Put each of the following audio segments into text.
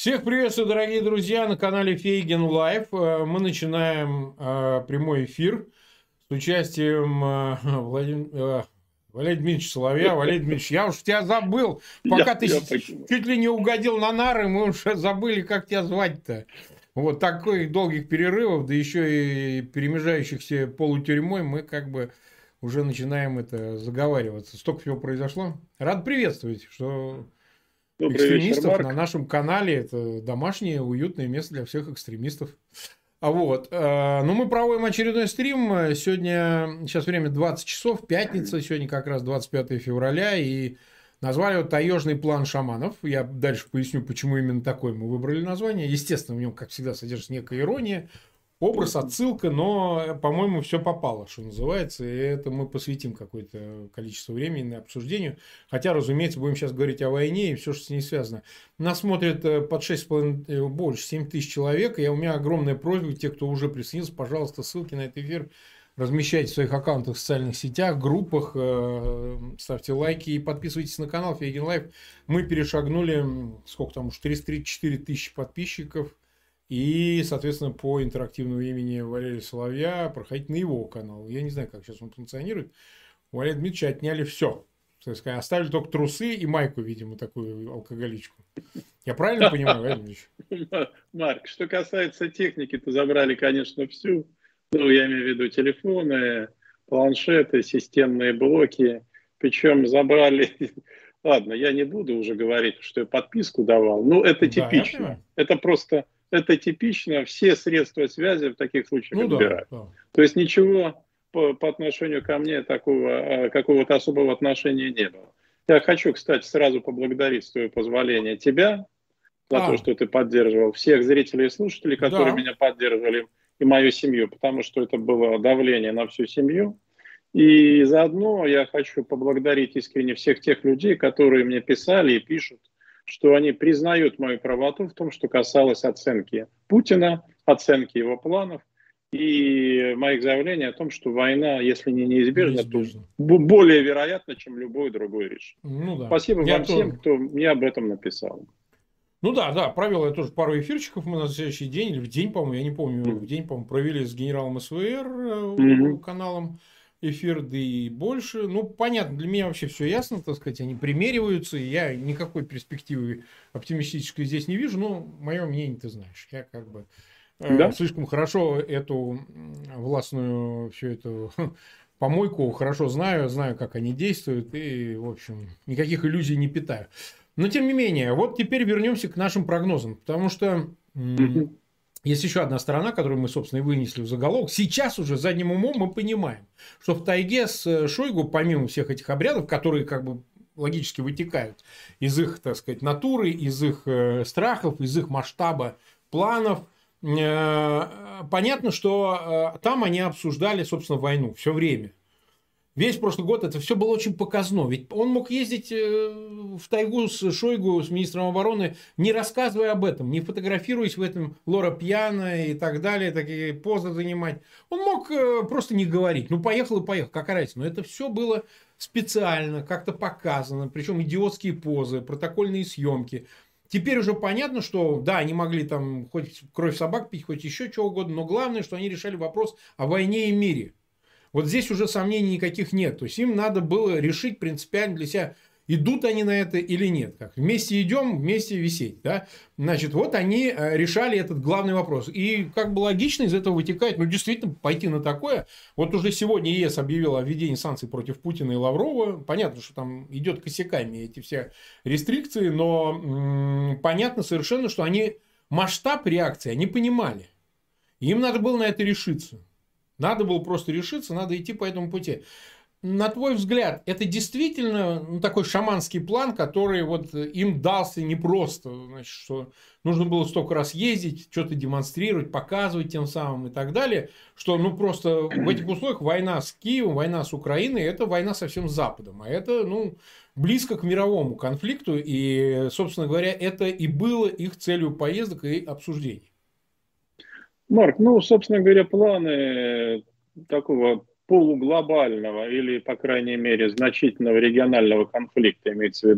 Всех приветствую, дорогие друзья, на канале Фейген Лайв. Мы начинаем прямой эфир с участием Валерия Дмитриевича Соловья. Валерий Дмитриевич, я уж тебя забыл. Пока ты Почему? чуть ли не угодил на нары, мы уже забыли, как тебя звать-то. Вот таких долгих перерывов, да еще и перемежающихся полутюрьмой, мы как бы уже начинаем это заговариваться. Столько всего произошло. Рад приветствовать, что... Добрый вечер, экстремистов на Марк. нашем канале. Это домашнее, уютное место для всех экстремистов. Ну, мы проводим очередной стрим. Сегодня, сейчас время 20 часов, пятница. Сегодня как раз 25 февраля. И назвали его «Таежный план шаманов». Я дальше поясню, почему именно такое мы выбрали название. Естественно, в нем, как всегда, содержится некая ирония. Образ, отсылка, но, по-моему, все попало, что называется. И это мы посвятим какое-то количество времени на обсуждению. Хотя, разумеется, будем сейчас говорить о войне и все, что с ней связано. Нас смотрят под 6,5, больше, 7 тысяч человек. И у меня огромная просьба, те, кто уже присоединился, пожалуйста, ссылки на этот эфир размещайте в своих аккаунтах в социальных сетях, группах, ставьте лайки и подписывайтесь на канал Фейген Лайв. Мы перешагнули, сколько там уж, 334 тысячи подписчиков. И, соответственно, по интерактивному имени Валерия Соловья проходите на его канал. Я не знаю, как сейчас он функционирует. У Валерия Дмитриевича отняли все. Оставили только трусы и майку, видимо, такую алкоголичку. Я правильно понимаю, Валерий Дмитриевич? Марк, что касается техники, то забрали, конечно, всю. Ну, я имею в виду телефоны, планшеты, системные блоки. Причем забрали... Ладно, я не буду уже говорить, что я подписку давал. Ну, это Да, я типично. понимаю. Это просто... Это типично. Все средства связи в таких случаях Ну отбирают. да. То есть ничего по отношению ко мне такого какого-то особого отношения не было. Я хочу, кстати, сразу поблагодарить, с твоего позволения, тебя за то, что ты поддерживал всех зрителей и слушателей, которые Да. меня поддерживали, и мою семью, потому что это было давление на всю семью. И заодно я хочу поблагодарить искренне всех тех людей, которые мне писали и пишут, что они признают мою правоту в том, что касалось оценки Путина, оценки его планов и моих заявлений о том, что война, если не неизбежна, то более вероятна, чем любой другой решение. Ну, да. Спасибо вам всем, кто мне об этом написал. Ну да, провел я тоже пару эфирчиков. Мы на следующий день, или в день, по-моему, я не помню, в день, по-моему, провели с генералом СВР каналом эфир, да и больше. Ну, понятно, для меня вообще все ясно, так сказать, они примериваются, и я никакой перспективы оптимистической здесь не вижу, но мое мнение ты знаешь. Я как бы слишком хорошо эту властную, всю эту помойку хорошо знаю, как они действуют, и, в общем, никаких иллюзий не питаю. Но, тем не менее, вот теперь вернемся к нашим прогнозам, потому что... Есть еще одна сторона, которую мы, собственно, и вынесли в заголовок. Сейчас уже задним умом мы понимаем, что в тайге с Шойгу, помимо всех этих обрядов, которые как бы логически вытекают из их, так сказать, натуры, из их страхов, из их масштаба планов, понятно, что там они обсуждали, собственно, войну все время. Весь прошлый год это все было очень показно. Ведь он мог ездить в тайгу с Шойгу, с министром обороны, не рассказывая об этом, не фотографируясь в этом лора пьяная и так далее, такие позы занимать. Он мог просто не говорить. Ну, поехал и поехал, какая разница. Но это все было специально, как-то показано. Причем идиотские позы, протокольные съемки. Теперь уже понятно, что да, они могли там хоть кровь собак пить, хоть еще чего угодно, но главное, что они решали вопрос о войне и мире. Вот здесь уже сомнений никаких нет. То есть им надо было решить принципиально для себя, идут они на это или нет. Как вместе идем, вместе висеть. Да? Значит, вот они решали этот главный вопрос. И как бы логично из этого вытекает, ну, действительно, пойти на такое. Вот уже сегодня ЕС объявил о введении санкций против Путина и Лаврова. Понятно, что там идет косяками эти все рестрикции, но понятно совершенно, что они масштаб реакции они понимали. Им надо было на это решиться. Надо было просто решиться, надо идти по этому пути. На твой взгляд, это действительно такой шаманский план, который вот им дался непросто, значит, что нужно было столько раз ездить, что-то демонстрировать, показывать тем самым и так далее, что ну просто в этих условиях война с Киевом, война с Украиной, это война совсем с Западом, а это ну близко к мировому конфликту, и, собственно говоря, это и было их целью поездок и обсуждений. Марк, ну, собственно говоря, планы такого полуглобального или, по крайней мере, значительного регионального конфликта, имеется в виду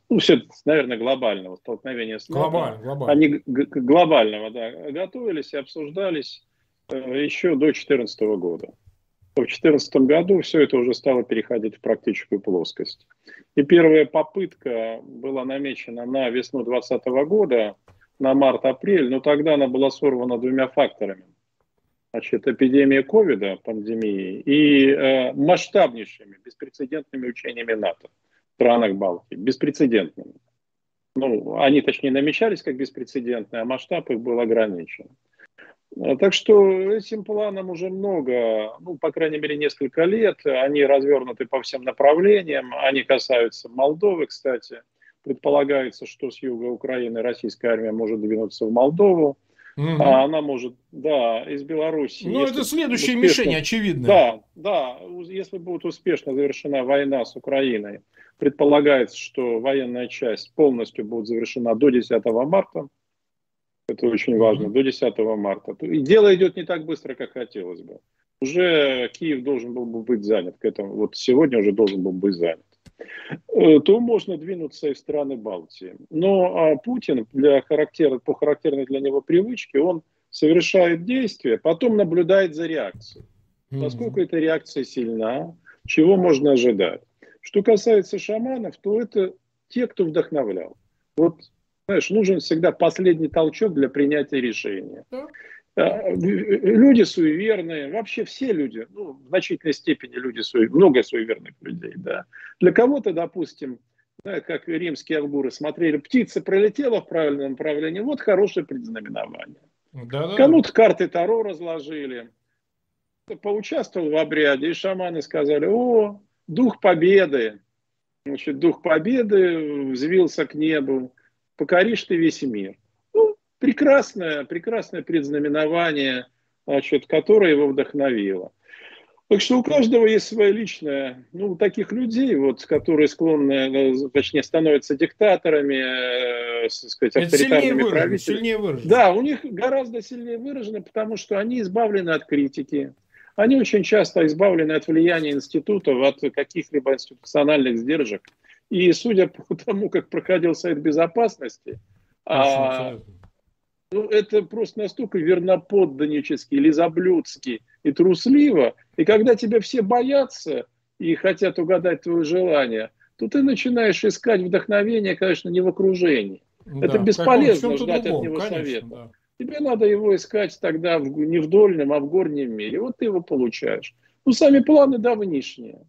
ну, все, наверное, глобального столкновения с НАТО, Глобально. они глобального, да, готовились и обсуждались еще до 2014 года. В 2014 году все это уже стало переходить в практическую плоскость. И первая попытка была намечена на весну 2020 года, на март-апрель, но тогда она была сорвана двумя факторами. Значит, эпидемия ковида, пандемии и масштабнейшими, беспрецедентными учениями НАТО в странах Балтии. Беспрецедентными. Ну, они, точнее, намечались как беспрецедентные, а масштаб их был ограничен. Так что этим планам уже много, ну, по крайней мере, несколько лет. Они развернуты по всем направлениям. Они касаются Молдовы, кстати. Предполагается, что с юга Украины российская армия может двинуться в Молдову. Угу. А она может, да, из Беларуси. Ну, Если это следующая успешно, мишень, очевидная. да, да, если будет успешно завершена война с Украиной, предполагается, что военная часть полностью будет завершена до 10 марта. Это очень важно, до 10 марта. И дело идет не так быстро, как хотелось бы. Уже Киев должен был бы быть занят к этому. Вот сегодня уже должен был быть занят. То можно двинуться и в страны Балтии. Но Путин по характерной для него привычке, он совершает действия, потом наблюдает за реакцией. Насколько эта реакция сильна, чего можно ожидать. Что касается шаманов, то это те, кто вдохновлял. Вот, знаешь, нужен всегда последний толчок для принятия решения. Люди суеверные, вообще все люди, ну, в значительной степени люди много суеверных людей, да. Для кого-то, допустим, да, как римские авгуры смотрели, птица пролетела в правильном направлении, вот хорошее предзнаменование. Да. Кому-то карты Таро разложили, поучаствовал в обряде, и шаманы сказали: о, дух победы, значит, дух победы взвился к небу, покоришь ты весь мир. Прекрасное предзнаменование, значит, которое его вдохновило. Так что у каждого есть своя личная, ну, у таких людей, вот, которые склонны, точнее, становятся диктаторами, сказать, авторитарными правителями. Сильнее выражено. Да, у них гораздо сильнее выражено, потому что они избавлены от критики. Они очень часто избавлены от влияния институтов, от каких-либо институциональных сдержек. И судя по тому, как проходил Совет Безопасности, ну, это просто настолько верноподданнически, лизоблюдски и трусливо. И когда тебя все боятся и хотят угадать твое желание, то ты начинаешь искать вдохновение, конечно, не в окружении. Да, это бесполезно ждать от него совета. Да. Тебе надо его искать тогда не в дольном, а в горнем мире. Вот ты его получаешь. Ну, сами планы давнишние.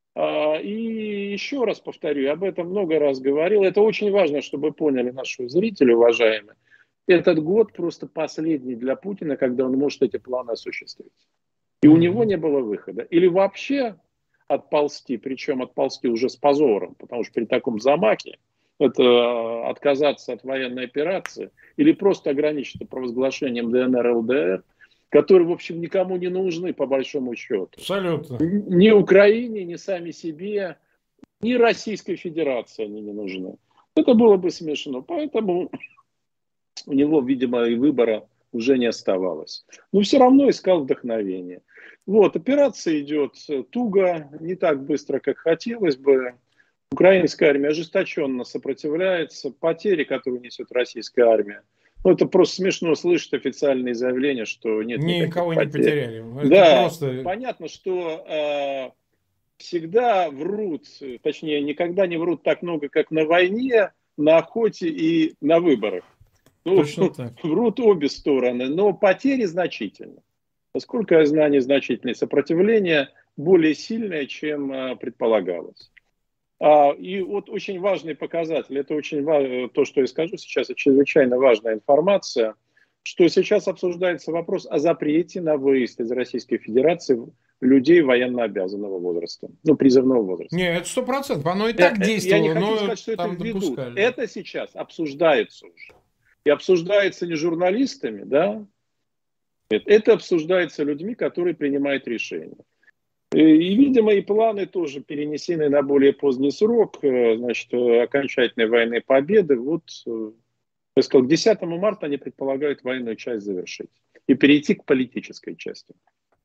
И еще раз повторю, я об этом много раз говорил. Это очень важно, чтобы поняли наши зрители, уважаемые. Этот год просто последний для Путина, когда он может эти планы осуществить. И у него не было выхода. Или вообще отползти, причем отползти уже с позором, потому что при таком замахе это отказаться от военной операции, или просто ограничиться провозглашением ДНР, ЛДР, которые, в общем, никому не нужны, по большому счету. Абсолютно. Ни Украине, ни сами себе, ни Российской Федерации они не нужны. Это было бы смешно. Поэтому у него, видимо, и выбора уже не оставалось. Но все равно искал вдохновение. Вот, операция идет туго, не так быстро, как хотелось бы. Украинская армия ожесточенно сопротивляется. Потери, которые несет российская армия, ну, это просто смешно слышать официальные заявления, что нет никого потерь. Не потеряли. Это да, просто... понятно, что всегда врут, точнее, никогда не врут так много, как на войне, на охоте и на выборах. Ну, врут обе стороны, но потери значительны. Насколько я знаю, незначительное сопротивление более сильное, чем предполагалось. И вот очень важный показатель, это очень важно, то, что я скажу сейчас, это чрезвычайно важная информация, что сейчас обсуждается вопрос о запрете на выезд из Российской Федерации людей военнообязанного возраста, ну, призывного возраста. Нет, это 100%, оно и так действовало. Я не хочу сказать, что это введут. Это сейчас обсуждается уже. И обсуждается не журналистами, да, это обсуждается людьми, которые принимают решения. И, видимо, и планы тоже перенесены на более поздний срок, значит, окончательной военной победы. Вот, я сказал, к 10 марта они предполагают военную часть завершить и перейти к политической части.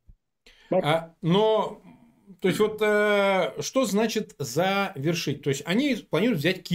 Но, то есть, вот что значит завершить? То есть, они планируют взять Киев.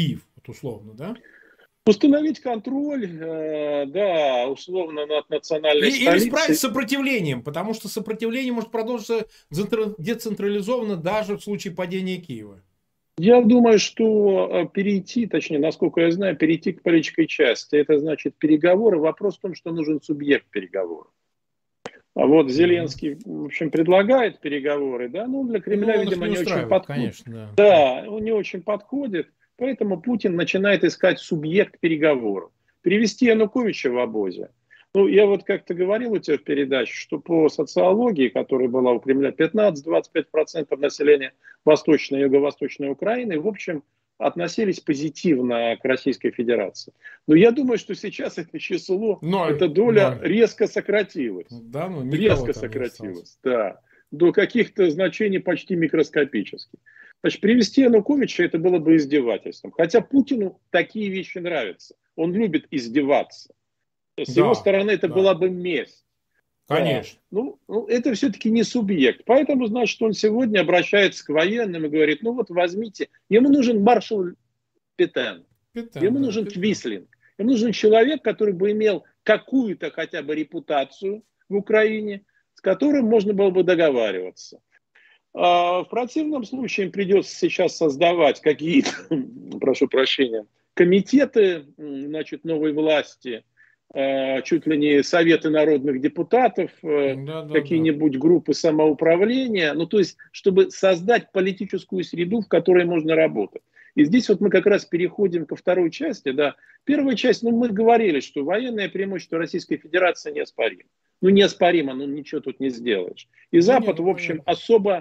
вот условно, да? Установить контроль, да, условно над национальной Или справиться столицей. с сопротивлением, потому что сопротивление может продолжиться децентрализованно даже в случае падения Киева. Я думаю, что перейти, точнее, насколько я знаю, перейти к политической части, это значит переговоры. Вопрос в том, что нужен субъект переговоров. А вот Зеленский, в общем, предлагает переговоры, да, но для Ну, Кремля, он их видимо, не не очень устраивает, подходит. конечно, да. Да, он не очень подходит, поэтому Путин начинает искать субъект переговоров. Перевести Януковича в обозе. Ну, я вот как-то говорил у тебя в передаче, что по социологии, которая была у Кремля, 15-25% населения Восточной и Юго-Восточной Украины, в общем, относились позитивно к Российской Федерации. Но я думаю, что сейчас это число, Ноль, эта доля ноль. резко сократилась. Да, ну никого Резко там не осталось. сократилась, да. До каких-то значений почти микроскопических. Значит, привести Януковича это было бы издевательством. Хотя Путину такие вещи нравятся. Он любит издеваться. С его Да, стороны это да, была бы месть. Да. конечно. Ну, это все-таки не субъект. Поэтому, значит, он сегодня обращается к военным и говорит, ну вот возьмите. Ему нужен маршал Петен. Петен, Ему да, нужен Петен. Квислинг. Ему нужен человек, который бы имел какую-то хотя бы репутацию в Украине, с которым можно было бы договариваться. В противном случае им придется сейчас создавать какие-то, прошу прощения, комитеты, значит, новой власти, чуть ли не советы народных депутатов, Да, да, да. какие-нибудь группы самоуправления, ну то есть, чтобы создать политическую среду, в которой можно работать. И здесь вот мы как раз переходим ко второй части, да. Первая часть, ну мы говорили, что военное преимущество Российской Федерации неоспоримо. Ну неоспоримо, ну ничего тут не сделаешь. И Да не, Запад, ну в общем, понятно.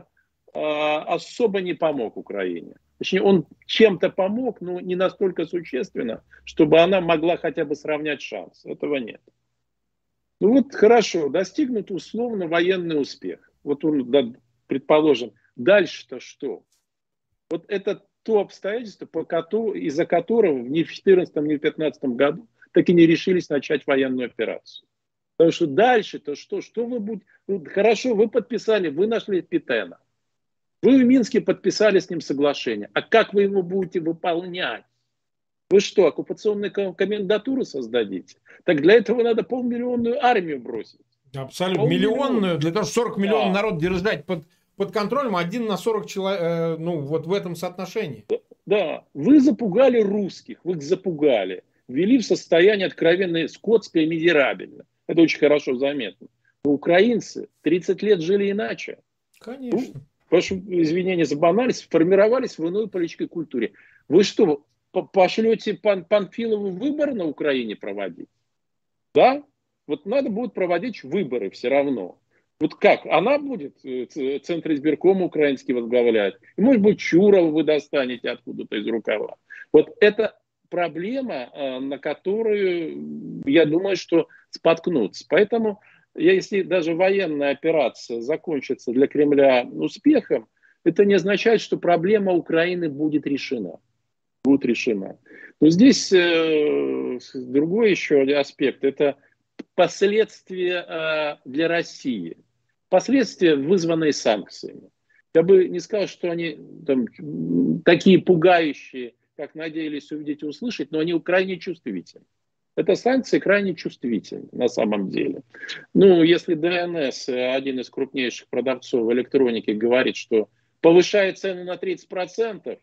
особо не помог Украине. Точнее, он чем-то помог, но не настолько существенно, чтобы она могла хотя бы сравнять шанс. Этого нет. Ну вот хорошо, достигнут условно военный успех. Вот он, да, предположим, дальше-то что? Вот это то обстоятельство, из-за которого ни в 2014, ни в 2015 году так и не решились начать военную операцию. Потому что дальше-то что? Что вы будете... Ну, хорошо, вы подписали, вы нашли Петена. Вы в Минске подписали с ним соглашение. А как вы его будете выполнять? Вы что, оккупационную комендатуру создадите? Так для этого надо полмиллионную армию бросить. Абсолютно. Полмиллиона. Миллионную, для того, чтобы 40 миллионов Да, народ держать под контролем, 1 на 40 человек, ну, вот в этом соотношении. да. Вы запугали русских, вы их запугали. Ввели в состояние откровенное скотское и мизерабельное. Это очень хорошо заметно. Но украинцы 30 лет жили иначе. Ну, Конечно. прошу извинения за банальность, формировались в иной политической культуре. Вы что, пошлете Панфилову выборы на Украине проводить? Да? Вот надо будет проводить выборы все равно. Вот как? Она будет Центр избиркома украинский возглавлять. И, может быть, Чурова вы достанете откуда-то из рукава. Вот это проблема, на которую, я думаю, что споткнуться. Поэтому, если даже военная операция закончится для Кремля успехом, это не означает, что проблема Украины будет решена. Будет решена. Но здесь другой еще аспект. Это последствия для России. Последствия, вызванные санкциями. Я бы не сказал, что они там, такие пугающие, как надеялись увидеть и услышать, но они крайне чувствительны. Это санкции крайне чувствительны на самом деле. Ну, если ДНС, один из крупнейших продавцов электроники, говорит, что повышает цены на 30%,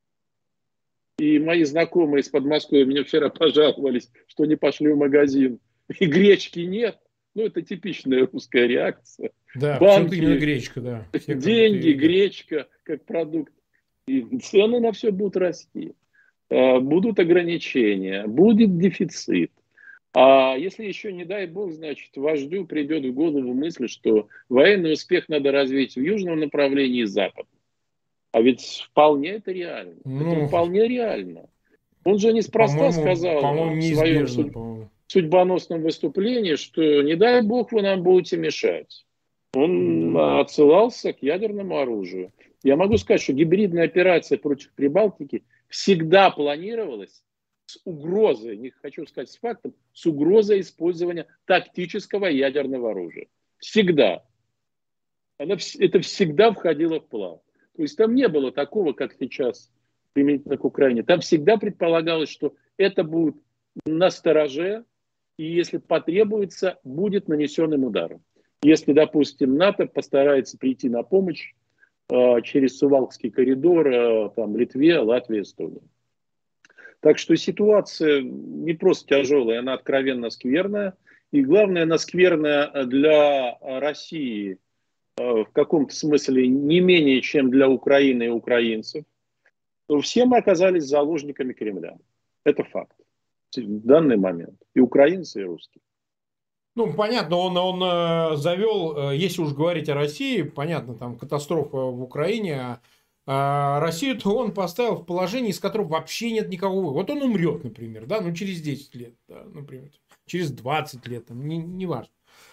и мои знакомые из Подмосковья мне вчера пожаловались, что не пошли в магазин, и гречки нет. Ну, это типичная русская реакция. Да, почему-то именно Банки, гречка, да. Все как будто деньги, ее едят. гречка как продукт. И цены на все будут расти. Будут ограничения, будет дефицит. А если еще, не дай бог, значит, вождю придет в голову мысль, что военный успех надо развить в южном направлении и западном. А ведь вполне это реально. Это Ну, вполне реально. Он же неспроста по-моему, сказал в своем неизбежно, по-моему. судьбоносном выступлении, что не дай бог вы нам будете мешать. Он Да. отсылался к ядерному оружию. Я могу сказать, что гибридная операция против Прибалтики всегда планировалась с угрозой, не хочу сказать с фактом, с угрозой использования тактического ядерного оружия. Всегда. Это всегда входило в план. То есть там не было такого, как сейчас применительно к Украине, там всегда предполагалось, что это будет на стороже, и если потребуется, будет нанесен им удар. Если, допустим, НАТО постарается прийти на помощь через Сувалкский коридор там, Литве, Латвии, Эстонии. Так что ситуация не просто тяжелая, она откровенно скверная. И главное, она скверная для России в каком-то смысле не менее, чем для Украины и украинцев. Но все мы оказались заложниками Кремля. Это факт. В данный момент. И украинцы, и русские. Ну, понятно, он завел, если уж говорить о России, понятно, там катастрофа в Украине, а Россию-то он поставил в положение, из которого вообще нет никакого. Вот он умрет, например, да, ну через 10 лет, да, например, через 20 лет, там, не важно.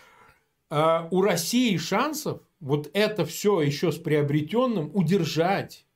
А у России шансов вот это все еще с приобретенным удержать,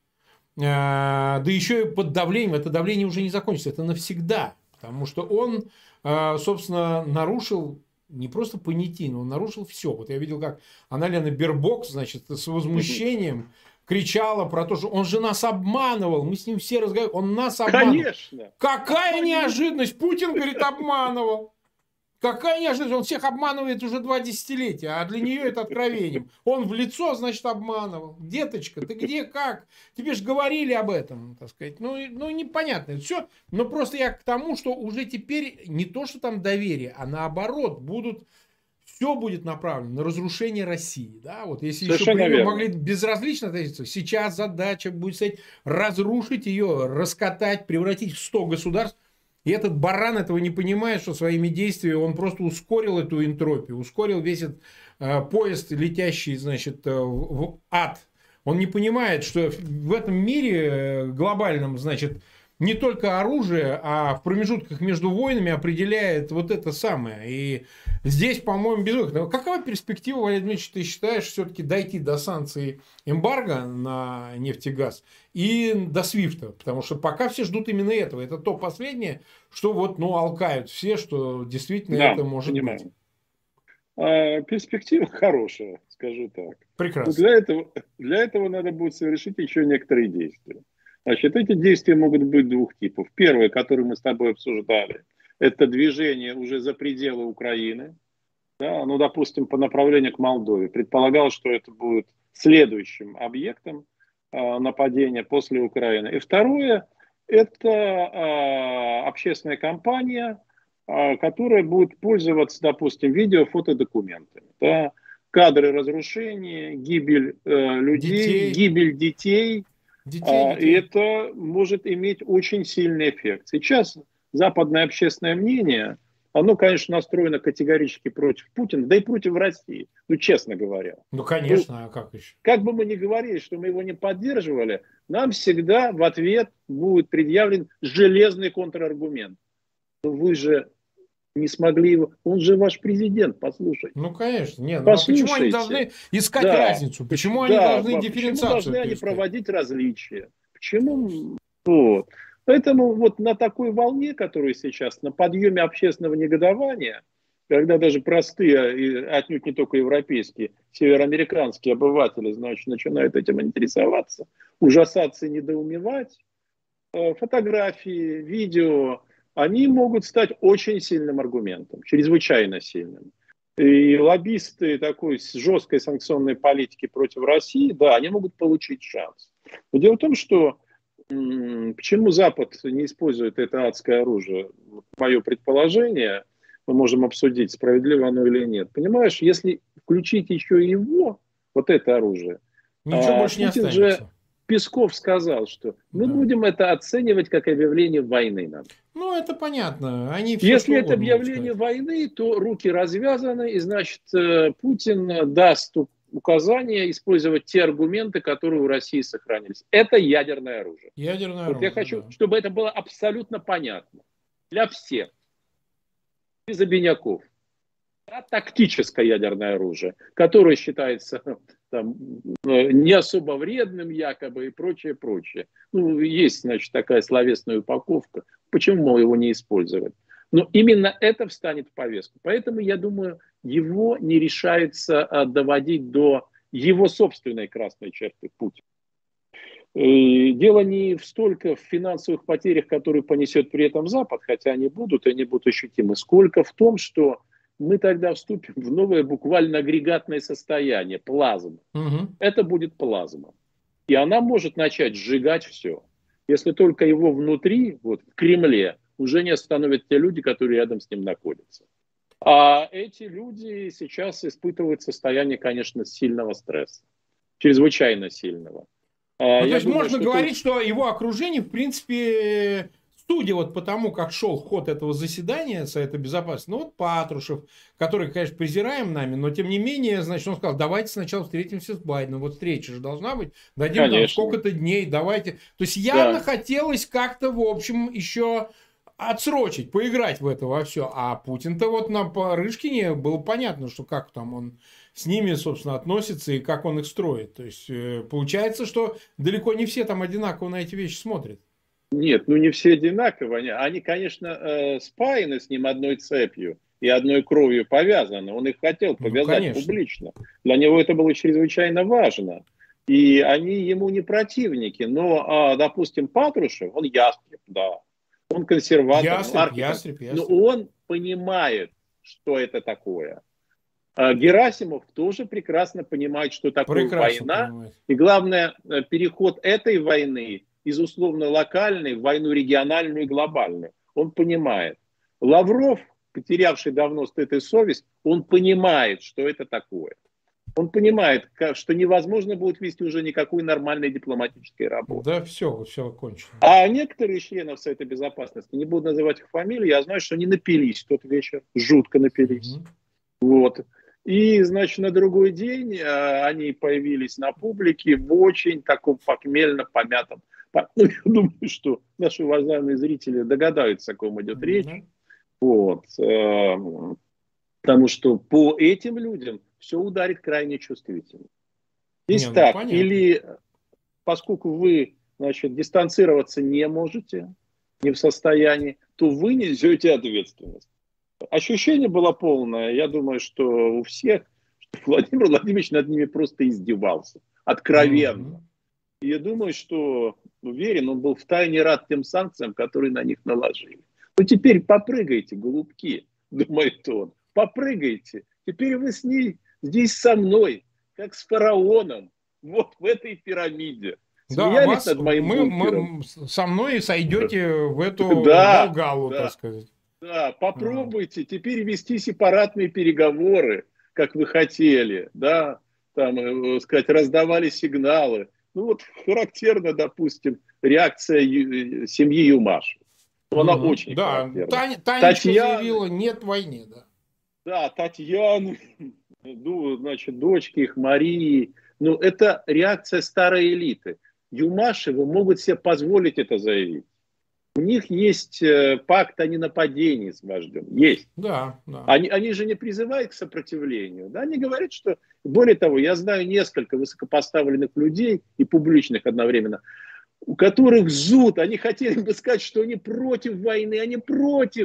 да еще и под давлением, это давление уже не закончится, это навсегда, потому что он, собственно, нарушил не просто понятийно, он нарушил все. Вот я видел, как Анна-Лена Бербок, значит, с возмущением кричала про то, что он же нас обманывал, мы с ним все разговаривали, он нас обманывал. Конечно. Какая неожиданность, Путин, говорит, обманывал. Какая неожиданность, он всех обманывает уже 2 десятилетия, а для нее это откровением. Он в лицо, значит, обманывал. Деточка, ты где, как? Тебе же говорили об этом, так сказать. Ну непонятно это все. Но просто я к тому, что уже теперь не то, что там доверие, а наоборот, все будет направлено на разрушение России. Да? Вот если Совершенно еще верно. могли безразлично относиться, сейчас задача будет стоять разрушить ее, раскатать, превратить в 100 государств. И этот баран этого не понимает, что своими действиями он просто ускорил эту энтропию, ускорил весь этот поезд, летящий, значит, в ад. Он не понимает, что в этом мире глобальном, значит, не только оружие, а в промежутках между войнами определяет вот это самое. И здесь, по-моему, безвыходно. Какова перспектива, Валерий Дмитриевич, ты считаешь, все-таки дойти до санкций эмбарго на нефть и газ и до Свифта? Потому что пока все ждут именно этого. Это то последнее, что вот, ну, алкают все, что действительно да, это может быть. Перспектива хорошая, скажу так. Прекрасно. Но для этого надо будет совершить еще некоторые действия. Значит, эти действия могут быть двух типов. Первое, которое мы с тобой обсуждали, это движение уже за пределы Украины. Да, ну, допустим, по направлению к Молдове. Предполагалось, что это будет следующим объектом нападения после Украины. И второе, это общественная кампания, которая будет пользоваться, допустим, видео, фотодокументами. Да, кадры разрушения, гибель людей, гибель детей. И это может иметь очень сильный эффект. Сейчас западное общественное мнение, оно, конечно, настроено категорически против Путина, да и против России, ну, честно говоря. Ну, конечно, а как еще? Как бы мы ни говорили, что мы его не поддерживали, нам всегда в ответ будет предъявлен железный контраргумент. Но вы же не смогли его... Он же ваш президент, послушайте. Ну, конечно. Нет, ну, а почему они должны искать разницу? Почему они должны дифференциацию? Почему должны они проводить различия? Почему? Вот. Поэтому вот на такой волне, которая сейчас, на подъеме общественного негодования, когда даже простые, и отнюдь не только европейские, североамериканские обыватели, значит, начинают этим интересоваться, ужасаться и недоумевать, фотографии, видео, они могут стать очень сильным аргументом, чрезвычайно сильным. И лоббисты такой жесткой санкционной политики против России, да, они могут получить шанс. Но дело в том, что почему Запад не использует это адское оружие? Мое предположение, мы можем обсудить, справедливо оно или нет. Понимаешь, если включить еще и его, вот это оружие, ничего больше не останется. Песков сказал, что мы будем это оценивать как объявление войны нам. Ну, это понятно. Если это объявление войны, то руки развязаны, и, значит, Путин даст указание использовать те аргументы, которые у России сохранились. Это ядерное оружие. Ядерное оружие, я хочу, чтобы это было абсолютно понятно. Для всех. Без обиняков. Тактическое ядерное оружие, которое считается там, не особо вредным якобы и прочее, прочее. Ну, есть, значит, такая словесная упаковка. Почему, мол, его не использовать? Но именно это встанет в повестку. Поэтому, я думаю, его не решается доводить до его собственной красной черты Путина. И дело не столько в финансовых потерях, которые понесет при этом Запад, хотя они будут, и они будут ощутимы, сколько в том, что мы тогда вступим в новое буквально агрегатное состояние, плазмы. Угу. Это будет плазма. И она может начать сжигать все. Если только его внутри, вот в Кремле, уже не остановят те люди, которые рядом с ним находятся. А эти люди сейчас испытывают состояние, конечно, сильного стресса. Чрезвычайно сильного. Ну, то Я есть думаю, можно что говорить, тут... что его окружение, в принципе, судя вот по тому, как шел ход этого заседания Совета Безопасности, ну вот Патрушев, который, конечно, презираем нами, но тем не менее, значит, он сказал, давайте сначала встретимся с Байденом. Вот встреча же должна быть, дадим нам Конечно. сколько-то дней, давайте. То есть явно Да. хотелось как-то, в общем, еще отсрочить, поиграть в это во все. А Путин-то вот на Рышкине было понятно, что как там он с ними, собственно, относится и как он их строит. То есть получается, что далеко не все там одинаково на эти вещи смотрят. Нет, ну не все одинаково. Они, конечно, спаяны с ним одной цепью и одной кровью повязаны. Он их хотел Ну, повязать конечно. публично. Для него это было чрезвычайно важно. И они ему не противники. Но, допустим, Патрушев, он ястреб, да. Он консерватор, Ястреб. но он понимает, что это такое. Герасимов тоже прекрасно понимает, что такое война. Понимает. И главное, переход этой войны из условно локальной в войну региональную и глобальную. Он понимает. Лавров, потерявший давно стыд и совесть, он понимает, что это такое. Он понимает, что невозможно будет вести уже никакой нормальной дипломатической работы. Да, все кончено. А некоторые члены Совета Безопасности, не буду называть их фамилии, я знаю, что они напились в тот вечер, жутко напились. Вот. И, значит, на другой день они появились на публике в очень таком похмельно помятом. Ну, я думаю, что наши уважаемые зрители догадаются, о ком идет речь. Вот. Потому что по этим людям все ударит крайне чувствительно. Здесь так, понятно. или поскольку вы, значит, дистанцироваться не можете, не в состоянии, то вы несете ответственность. Ощущение было полное, я думаю, что у всех, что Владимир Владимирович над ними просто издевался, откровенно. И я думаю, что, уверен, он был втайне рад тем санкциям, которые на них наложили. Ну теперь попрыгайте, голубки, думает он, попрыгайте. Теперь вы с ней здесь со мной, как с фараоном, вот в этой пирамиде. Смеялись над моим бункером. Со мной сойдете в эту Волгалу, так сказать. Да, попробуйте теперь вести сепаратные переговоры, как вы хотели, да, там, сказать, раздавали сигналы. Ну вот характерна, допустим, реакция семьи Юмашев. Она очень характерна. Танечка заявила, нет войне, да. Да, Татьяна, ну, значит, дочки их, Марии. Ну, это реакция старой элиты. Юмашевы могут себе позволить это заявить. У них есть пакт о ненападении с вождем. Есть. Да. Они же не призывают к сопротивлению. Да? Они говорят, что... Более того, я знаю несколько высокопоставленных людей и публичных одновременно, у которых зуд. Они хотели бы сказать, что они против войны, они против.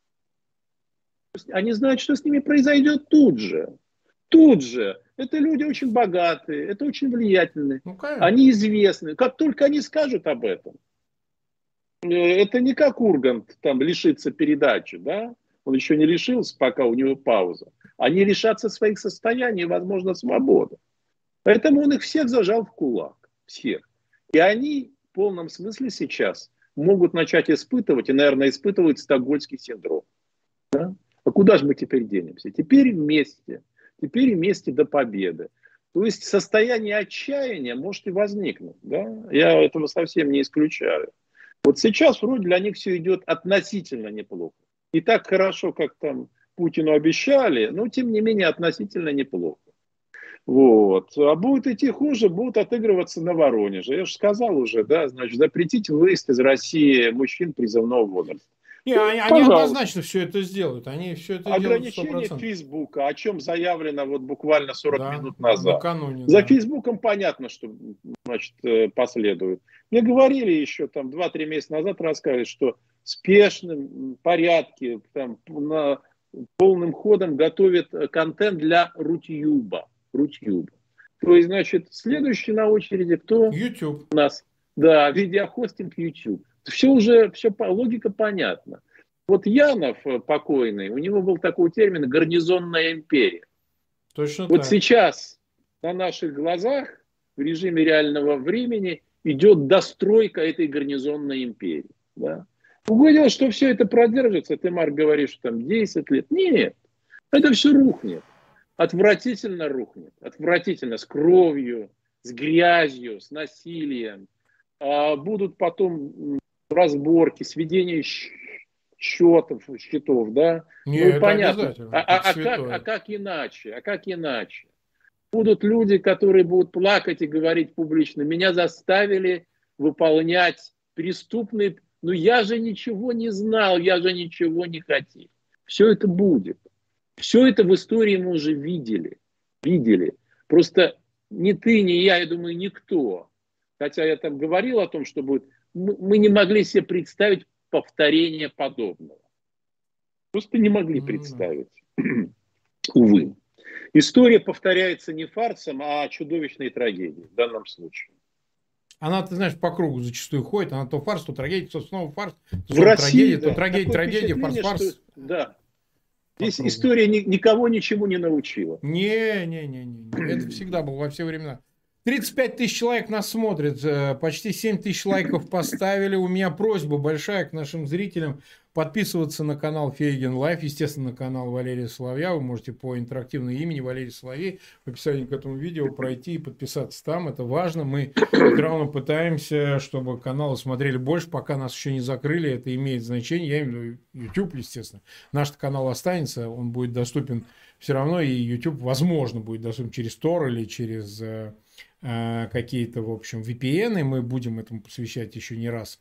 Они знают, что с ними произойдет тут же. Тут же. Это люди очень богатые, это очень влиятельные. Они известны. Как только они скажут об этом, это не как Ургант там лишится передачи, да? Он еще не лишился, пока у него пауза. Они лишатся своих состояний, возможно, свободы. Поэтому он их всех зажал в кулак. Всех. И они в полном смысле сейчас могут начать испытывать, и, наверное, испытывают стокгольмский синдром. Да? А куда же мы теперь денемся? Теперь вместе до победы. То есть состояние отчаяния может и возникнуть. Да? Я этого совсем не исключаю. Вот сейчас вроде для них все идет относительно неплохо. Не так хорошо, как там Путину обещали, но тем не менее относительно неплохо. Вот. А будет идти хуже, будут отыгрываться на Воронеже. Я же сказал уже, да, значит, запретить выезд из России мужчин призывного возраста. Не, они однозначно все это сделают. Они все это ограничение делают 100%. Фейсбука, о чем заявлено вот буквально 40 минут назад. Накануне, За Фейсбуком понятно, что значит, последует. Мне говорили еще там 2-3 месяца назад, рассказывали, что в спешном порядке, там, полным ходом готовят контент для Рутюба. То есть, значит, следующий на очереди кто? YouTube. У нас Да, видеохостинг YouTube. Логика понятна. Вот Янов покойный, у него был такой термин «гарнизонная империя». Точно Вот так. сейчас на наших глазах в режиме реального времени идет достройка этой гарнизонной империи. Да? Угодил, что все это продержится. Ты, Марк, говоришь, что там 10 лет. Нет, это все рухнет. Отвратительно рухнет. Отвратительно, с кровью, с грязью, с насилием. Будут потом разборки, сведения счетов, да? Не, Ну и это понятно. обязательно. Это святое. Как иначе? А как иначе? Будут люди, которые будут плакать и говорить публично: меня заставили выполнять преступные... Но я же ничего не знал, я же ничего не хотел. Все это будет. Все это в истории мы уже видели. Видели. Просто ни ты, ни я думаю, никто. Хотя я там говорил о том, что будет... Мы не могли себе представить повторение подобного. Просто не могли представить. Увы. История повторяется не фарсом, а чудовищной трагедией в данном случае. Она, ты знаешь, по кругу зачастую ходит. Она то фарс, то трагедия, то снова фарс, то В снова России, трагедия, то да, трагедия, такое трагедия, фарс, впечатление, фарс. что да, По здесь кругу. история никого ничему не научила. Не. Это всегда было во все времена. 35 тысяч человек нас смотрят, почти 7 тысяч лайков поставили. У меня просьба большая к нашим зрителям подписываться на канал Фейгин Лайф, естественно, на канал Валерия Соловья. Вы можете по интерактивному имени Валерий Соловей в описании к этому видео пройти и подписаться там. Это важно. Мы все равно пытаемся, чтобы каналы смотрели больше, пока нас еще не закрыли. Это имеет значение. Я имею в виду YouTube, естественно. Наш канал останется, он будет доступен все равно, и YouTube, возможно, будет доступен через Tor или через какие-то, в общем, VPN, мы будем этому посвящать еще не раз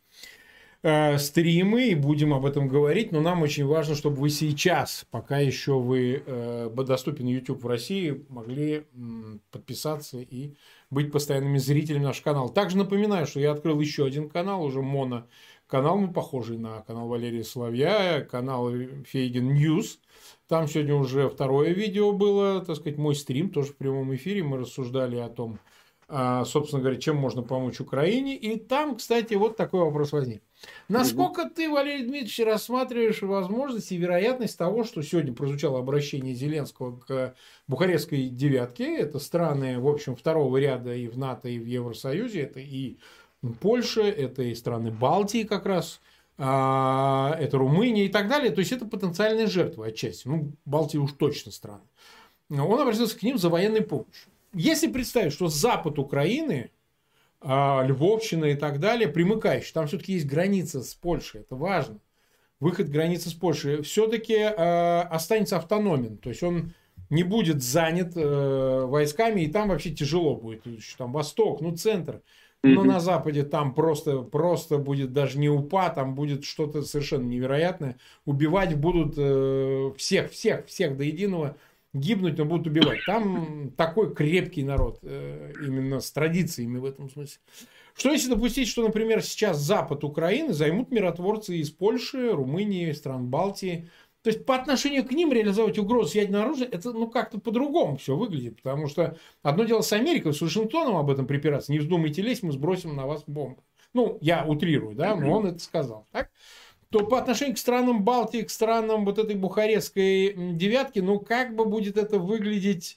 стримы и будем об этом говорить, но нам очень важно, чтобы вы сейчас, пока еще вы доступен YouTube в России, могли подписаться и быть постоянными зрителями нашего канала. Также напоминаю, что я открыл еще один канал, уже моноканал, похожий на канал Валерия Соловья, канал Фейгин News. Там сегодня уже второе видео было, так сказать, мой стрим, тоже в прямом эфире. Мы рассуждали о том, собственно говоря, чем можно помочь Украине. И там, кстати, вот такой вопрос возник. Насколько ты, Валерий Дмитриевич, рассматриваешь возможность и вероятность того, что сегодня прозвучало обращение Зеленского к Бухарестской девятке? Это страны, в общем, второго ряда и в НАТО, и в Евросоюзе. Это и Польша, это и страны Балтии как раз. Это Румыния и так далее. То есть, это потенциальные жертвы отчасти. Ну, Балтии уж точно страны. Он обратился к ним за военной помощью. Если представить, что запад Украины, Львовщина и так далее, примыкающий, там все-таки есть граница с Польшей, это важно. Выход границы с Польшей все-таки останется автономен. То есть, он не будет занят войсками, и там вообще тяжело будет. Там восток, центр. Но на Западе там просто будет даже не УПА, там будет что-то совершенно невероятное. Убивать будут всех до единого, гибнуть, но будут убивать. Там такой крепкий народ, именно с традициями в этом смысле. Что если допустить, что, например, сейчас запад Украины займут миротворцы из Польши, Румынии, стран Балтии? То есть, по отношению к ним реализовать угрозу ядерного оружия, это как-то по-другому все выглядит. Потому что одно дело с Америкой, с Вашингтоном об этом припираться. Не вздумайте лезть, мы сбросим на вас бомбу. Я утрирую, да, но он это сказал. Так? То по отношению к странам Балтии, к странам вот этой бухарестской девятки, как бы будет это выглядеть...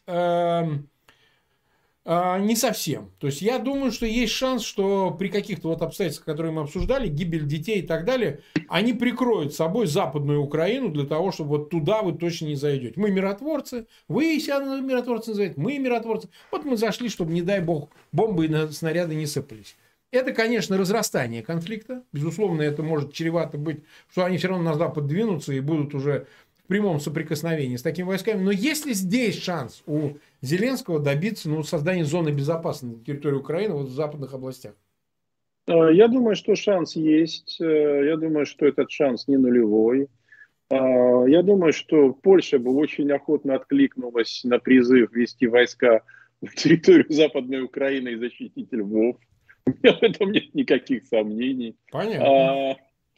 Не совсем. То есть, я думаю, что есть шанс, что при каких-то обстоятельствах, которые мы обсуждали, гибель детей и так далее, они прикроют собой Западную Украину для того, чтобы туда вы точно не зайдете. Мы миротворцы, вы себя миротворцы называете, мы миротворцы. Вот мы зашли, чтобы, не дай бог, бомбы и снаряды не сыпались. Это, конечно, разрастание конфликта. Безусловно, это может чревато быть, что они все равно на Запад двинутся и будут уже в прямом соприкосновении с такими войсками. Но есть ли здесь шанс у Зеленского добиться создания зоны безопасности на территории Украины в западных областях? Я думаю, что шанс есть. Я думаю, что этот шанс не нулевой. Я думаю, что Польша бы очень охотно откликнулась на призыв ввести войска в территорию Западной Украины и защитить Львов. У меня в этом нет никаких сомнений. Понятно.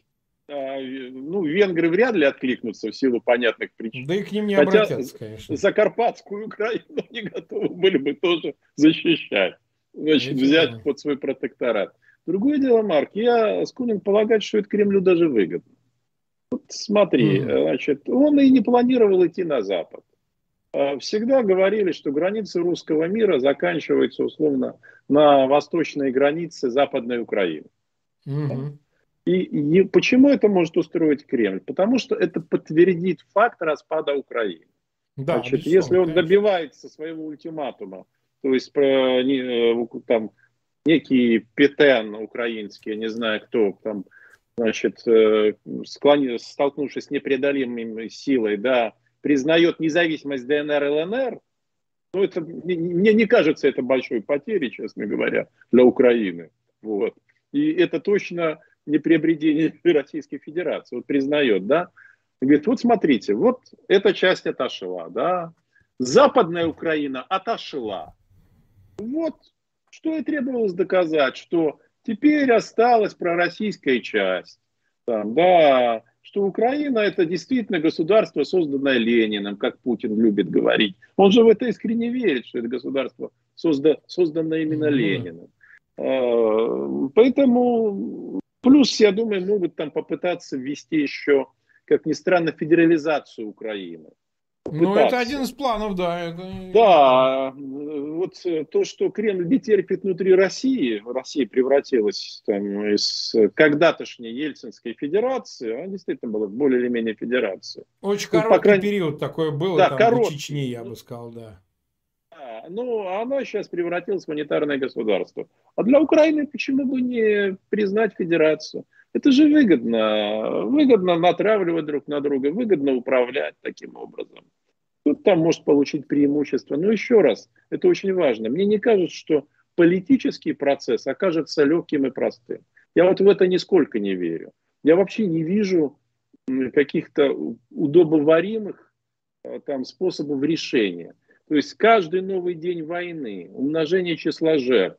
Венгры вряд ли откликнутся в силу понятных причин. Да и к ним не обратятся, конечно. Закарпатскую Украину они готовы были бы тоже защищать. Значит, взять под свой протекторат. Другое дело, Марк, я склонен полагать, что это Кремлю даже выгодно. Вот смотри, значит, он и не планировал идти на Запад. Всегда говорили, что границы русского мира заканчиваются условно на восточной границе Западной Украины. Угу. И почему это может устроить Кремль? Потому что это подтвердит факт распада Украины. Да, Значит, если он добивается своего ультиматума, то есть там некий Петен украинский, я не знаю кто, там, значит, столкнувшись с непреодолимой силой, да, признает независимость ДНР и ЛНР, ну, это, мне не кажется это большой потерей, честно говоря, для Украины. Вот. И это точно не приобретение Российской Федерации. Вот признает, да. Говорит, вот смотрите, вот эта часть отошла, да. Западная Украина отошла. Вот что и требовалось доказать, что теперь осталась пророссийская часть. Там, да, что Украина это действительно государство, созданное Лениным, как Путин любит говорить. Он же в это искренне верит, что это государство созданное именно Лениным. Поэтому, плюс, я думаю, могут там попытаться ввести еще, как ни странно, федерализацию Украины. Ну, это один из планов, да. Да, вот то, что Кремль не терпит внутри России, Россия превратилась там, из когда-тошней Ельцинской Федерации, она действительно была более или менее федерацией. Очень короткий период такой был, да, там, до Чечни, я бы сказал, да. Ну, она сейчас превратилась в унитарное государство. А для Украины почему бы не признать федерацию? Это же выгодно. Выгодно натравливать друг на друга, выгодно управлять таким образом. Кто-то там может получить преимущество. Но еще раз, это очень важно. Мне не кажется, что политический процесс окажется легким и простым. Я вот в это нисколько не верю. Я вообще не вижу каких-то удобоваримых там способов решения. То есть каждый новый день войны, умножение числа жертв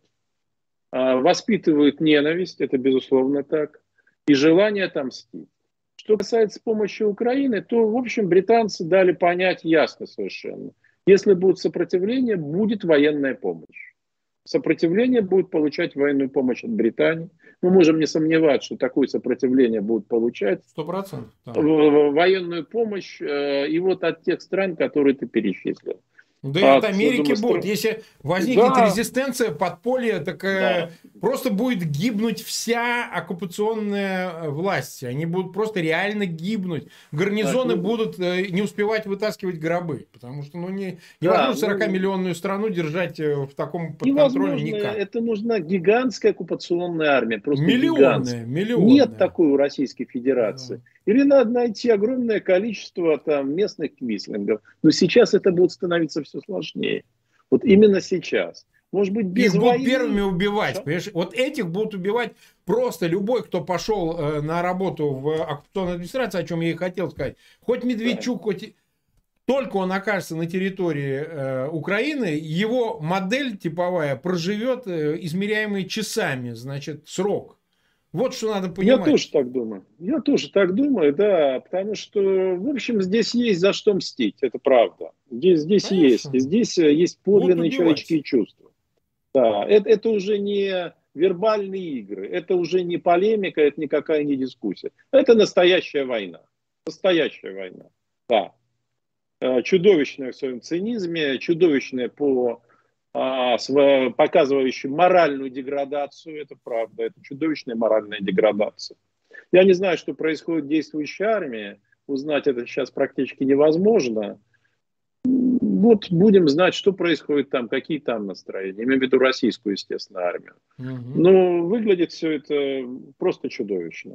воспитывает ненависть, это безусловно так, и желание отомстить. Что касается помощи Украины, то, в общем, британцы дали понять ясно совершенно. Если будет сопротивление, будет военная помощь. Сопротивление будет получать военную помощь от Британии. Мы можем не сомневаться, что такое сопротивление будут получать. 100%. Да. Военную помощь и вот от тех стран, которые ты перечислил. Да и от Америки будет. Если возникнет резистенция, подполье, так просто будет гибнуть вся оккупационная власть. Они будут просто реально гибнуть. Гарнизоны будут не успевать вытаскивать гробы. Потому что невозможно 40-миллионную страну держать в таком подконтроле никак. Это нужна гигантская оккупационная армия. Просто миллионная. Нет такой у Российской Федерации. Да. Или надо найти огромное количество там, местных квислингов. Но сейчас это будет становиться все сложнее. Вот именно сейчас. Может быть, без их войны... будут первыми убивать. Понимаешь? Вот этих будут убивать просто любой, кто пошел на работу в оккупационную администрацию, о чем я и хотел сказать. Хоть Медведчук, хоть... Только он окажется на территории Украины, его модель типовая проживет измеряемый часами, значит, срок. Вот что надо понимать. Я тоже так думаю. Да, потому что, в общем, здесь есть за что мстить, это правда. Здесь есть подлинные человеческие чувства. Да, это уже не вербальные игры, это уже не полемика, это никакая не дискуссия. Это настоящая война. Настоящая война. Да. Чудовищная в своем цинизме, чудовищная по показывающий моральную деградацию, это правда, это чудовищная моральная деградация. Я не знаю, что происходит в действующей армии, узнать это сейчас практически невозможно. Вот будем знать, что происходит там, какие там настроения, имею в виду российскую, естественно, армию. Но выглядит все это просто чудовищно.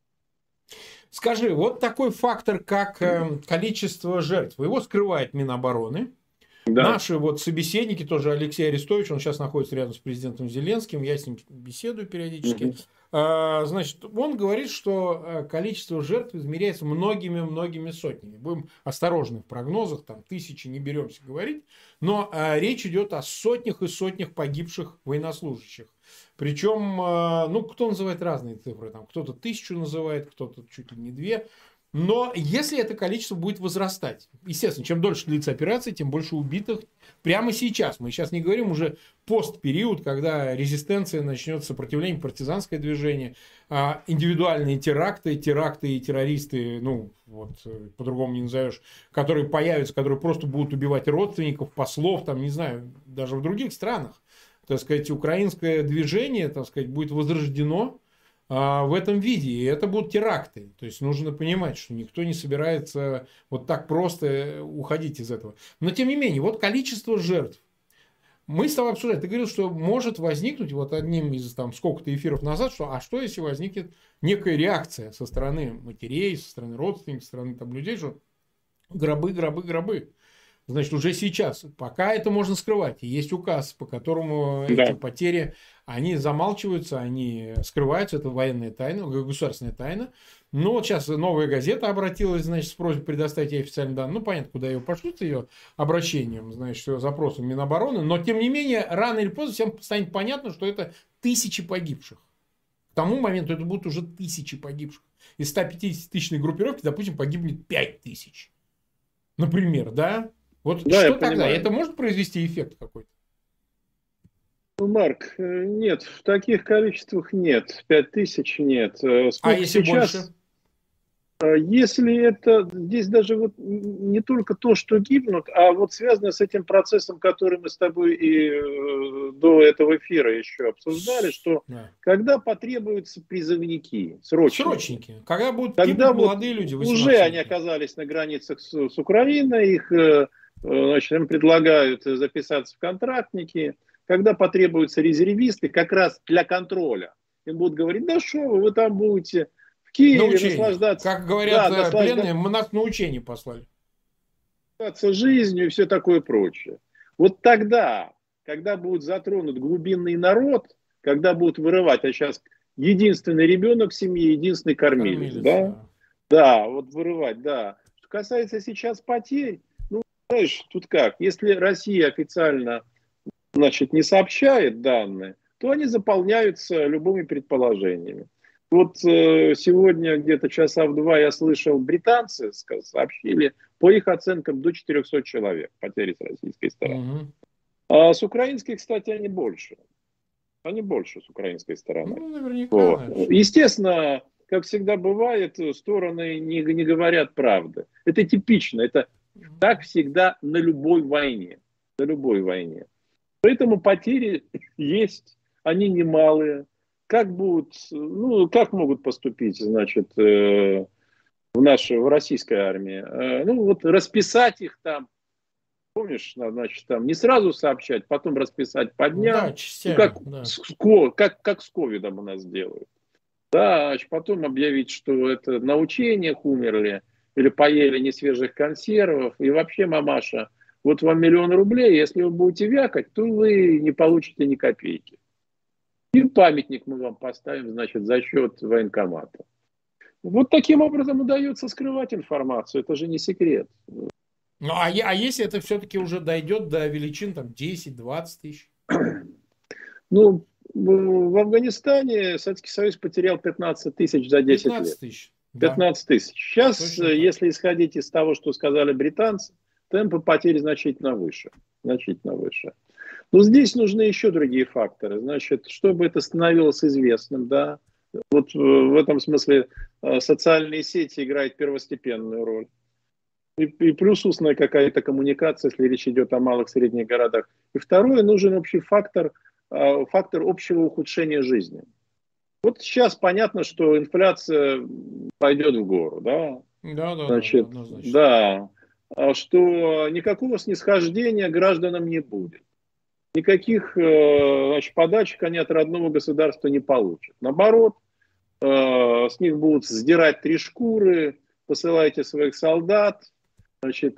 Скажи, вот такой фактор, как количество жертв, его скрывает Минобороны. Да. Наши вот собеседники, тоже Алексей Арестович, он сейчас находится рядом с президентом Зеленским, я с ним беседую периодически. Значит, он говорит, что количество жертв измеряется многими сотнями. Будем осторожны в прогнозах, там тысячи не беремся говорить, но речь идет о сотнях и сотнях погибших военнослужащих. Причем, кто называет разные цифры, там кто-то 1000 называет, кто-то чуть ли не 2. Но если это количество будет возрастать, естественно, чем дольше длится операция, тем больше убитых. Прямо сейчас, мы сейчас не говорим уже постпериод, когда резистенция начнет, сопротивление, партизанское движение, индивидуальные теракты и террористы, ну, вот, по-другому не назовешь, которые появятся, которые просто будут убивать родственников, послов, там, не знаю, даже в других странах. Так сказать, украинское движение, так сказать, будет возрождено в этом виде. И это будут теракты. То есть нужно понимать, что никто не собирается вот так просто уходить из этого. Но тем не менее, вот количество жертв. Мы с тобой обсуждали. Ты говорил, что может возникнуть вот одним из там сколько-то эфиров назад, что что если возникнет некая реакция со стороны матерей, со стороны родственников, со стороны там людей, что гробы. Значит, уже сейчас, пока это можно скрывать, и есть указ, по которому эти потери, они замалчиваются, они скрываются, это военная тайна, государственная тайна. Но вот сейчас «Новая газета» обратилась, значит, с просьбой предоставить ей официальные данные. Ну, понятно, куда ее пошлют, ее обращением, значит, запросом Минобороны. Но, тем не менее, рано или поздно всем станет понятно, что это тысячи погибших. К тому моменту это будут уже тысячи погибших. Из 150-тысячной группировки, допустим, погибнет 5000. Например, да? Вот да, что тогда? Понимаю. Это может произвести эффект какой-то? Ну, Марк, нет, в таких количествах нет. 5000 нет. Сколько если сейчас? Больше? Если это, здесь даже вот не только то, что гибнут, а вот связано с этим процессом, который мы с тобой и до этого эфира еще обсуждали, что когда потребуются призывники, срочники. Когда будут гибнуть молодые люди, уже они оказались на границах с Украиной, их, значит, им предлагают записаться в контрактники, когда потребуются резервисты, как раз для контроля. Им будут говорить, да что вы там будете... Киеве наслаждаться. Как говорят пленные, мы нас на учение послали. Наслаждаться жизнью и все такое прочее. Вот тогда, когда будет затронут глубинный народ, когда будут вырывать, а сейчас единственный ребенок в семье, единственный кормилец, да? Да, вот вырывать, да. Что касается сейчас потерь, ну, знаешь, тут как, если Россия официально, значит, не сообщает данные, то они заполняются любыми предположениями. Вот сегодня где-то часа в 2 я слышал, британцы сообщили, по их оценкам, до 400 человек потери с российской стороны. А с украинской, кстати, они больше. Они больше с украинской стороны. Ну, наверняка. Вот. Естественно, как всегда бывает, стороны не говорят правды. Это типично. Это так всегда на любой войне. На любой войне. Поэтому потери есть, они немалые. Как будут, ну, как могут поступить, значит, в российской армии? Ну, вот расписать их там, помнишь, значит, там не сразу сообщать, потом расписать по дням, да, частями, как с ковидом у нас делают. Да, значит, потом объявить, что это на учениях умерли, или поели несвежих консервов, и вообще, мамаша, вот вам 1 000 000 рублей, если вы будете вякать, то вы не получите ни копейки. И памятник мы вам поставим, значит, за счет военкомата. Вот таким образом удается скрывать информацию. Это же не секрет. Ну, а если это все-таки уже дойдет до величин там 10-20 тысяч? Ну, в Афганистане Советский Союз потерял 15 тысяч за 10 лет. 15 тысяч. 15 тысяч. Сейчас, если исходить из того, что сказали британцы, темпы потерь значительно выше. Значительно выше. Но здесь нужны еще другие факторы. Значит, чтобы это становилось известным, да, вот в этом смысле социальные сети играют первостепенную роль. И плюс устная какая-то коммуникация, если речь идет о малых средних городах. И второе, нужен общий фактор общего ухудшения жизни. Вот сейчас понятно, что инфляция пойдет в гору, да? Да, значит, да, что никакого снисхождения гражданам не будет. Никаких, значит, подачек они от родного государства не получат. Наоборот, с них будут сдирать 3 шкуры, посылайте своих солдат, значит,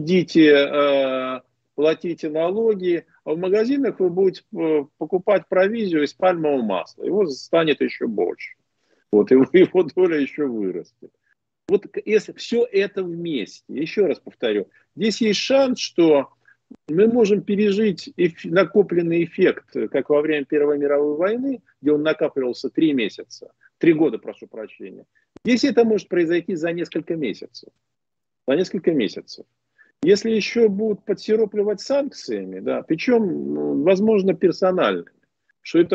идите, платите налоги, а в магазинах вы будете покупать провизию из пальмового масла. Его станет еще больше. Вот, его доля еще вырастет. Вот если все это вместе, еще раз повторю, здесь есть шанс, что мы можем пережить накопленный эффект, как во время Первой мировой войны, где он накапливался 3 месяца. 3 года, прошу прощения. Здесь это может произойти за несколько месяцев. За несколько месяцев. Если еще будут подсиропливать санкциями, да, причем, возможно, персональными, что это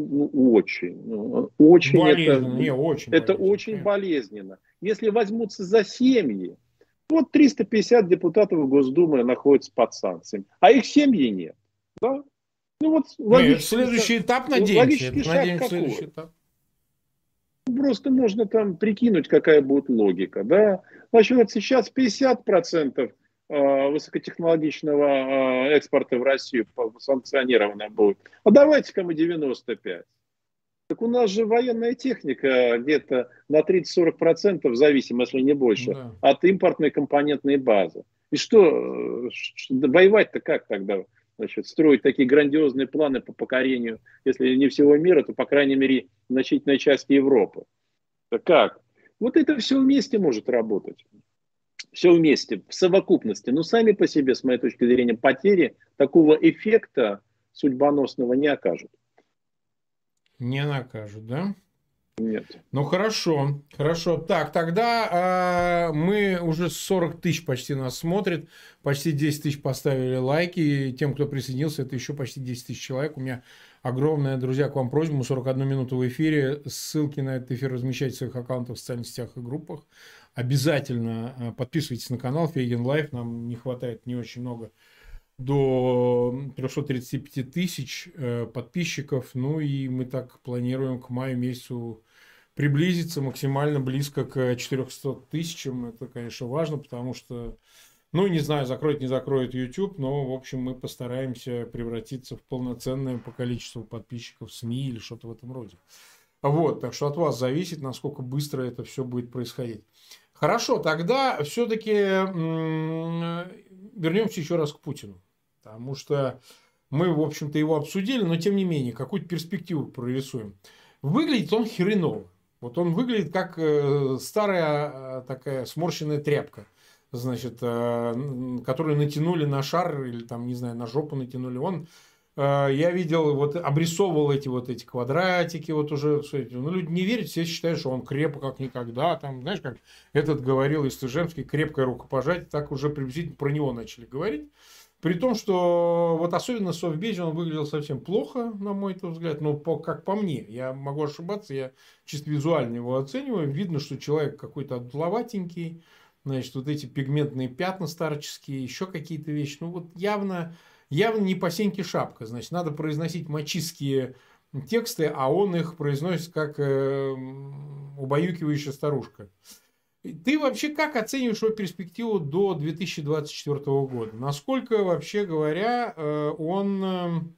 очень, болезненно, не, очень это болезненно, очень конечно. болезненно. Если возьмутся за семьи, вот 350 депутатов Госдумы находятся под санкциями, а их семьи нет. Да? Ну вот Следующий этап, надеемся. логический шаг Надеемся, следующий какой? этап. Просто можно там прикинуть, какая будет логика. Да? Значит, вот сейчас 50% высокотехнологичного экспорта в Россию санкционировано будет. А давайте-ка мы 95%. Так у нас же военная техника где-то на 30-40% зависима, если не больше, Да. от импортной компонентной базы. И что, воевать-то как тогда? Значит, строить такие грандиозные планы по покорению, если не всего мира, то, по крайней мере, значительной части Европы. Это как? Вот это все вместе может работать. Все вместе, в совокупности. Но сами по себе, с моей точки зрения, потери такого эффекта судьбоносного не окажут. Не накажут, да? Нет. Ну, хорошо, хорошо. Так, тогда мы уже 40 тысяч почти нас смотрит. Почти 10 тысяч поставили лайки. И тем, кто присоединился, это еще почти 10 тысяч человек. У меня огромная, друзья, к вам просьба. Мы 41 минуту в эфире. Ссылки на этот эфир размещайте в своих аккаунтах в социальных сетях и группах. Обязательно подписывайтесь на канал Фейгин Лайф. Нам не хватает не очень много. До 335 тысяч подписчиков. Ну и мы так планируем к маю месяцу приблизиться максимально близко к 400 тысячам. Это, конечно, важно, потому что, ну, не знаю, закроет, не закроет YouTube, но, в общем, мы постараемся превратиться в полноценное по количеству подписчиков СМИ или что-то в этом роде. Вот, так что от вас зависит, насколько быстро это все будет происходить. Хорошо, тогда все-таки вернемся еще раз к Путину. Потому что мы, в общем-то, его обсудили, но, тем не менее, какую-то перспективу прорисуем. Выглядит он хреново. Вот он выглядит как старая такая сморщенная тряпка, значит, которую натянули на шар или там, не знаю, на жопу натянули. Он, я видел, вот обрисовывал эти квадратики, вот уже, ну, люди не верят, все считают, что он крепок как никогда, там, знаешь, как этот говорил Истыжевский, крепкое рукопожатие, так уже приблизительно про него начали говорить. При том, что вот особенно в Совбезе он выглядел совсем плохо, на мой взгляд, но как по мне, я могу ошибаться, я чисто визуально его оцениваю, видно, что человек какой-то отдуловатенький, значит, вот эти пигментные пятна старческие, еще какие-то вещи, ну вот явно не по сеньке шапка, значит, надо произносить мачистские тексты, а он их произносит как убаюкивающая старушка. Ты вообще как оцениваешь его перспективу до 2024 года? Насколько, вообще говоря, он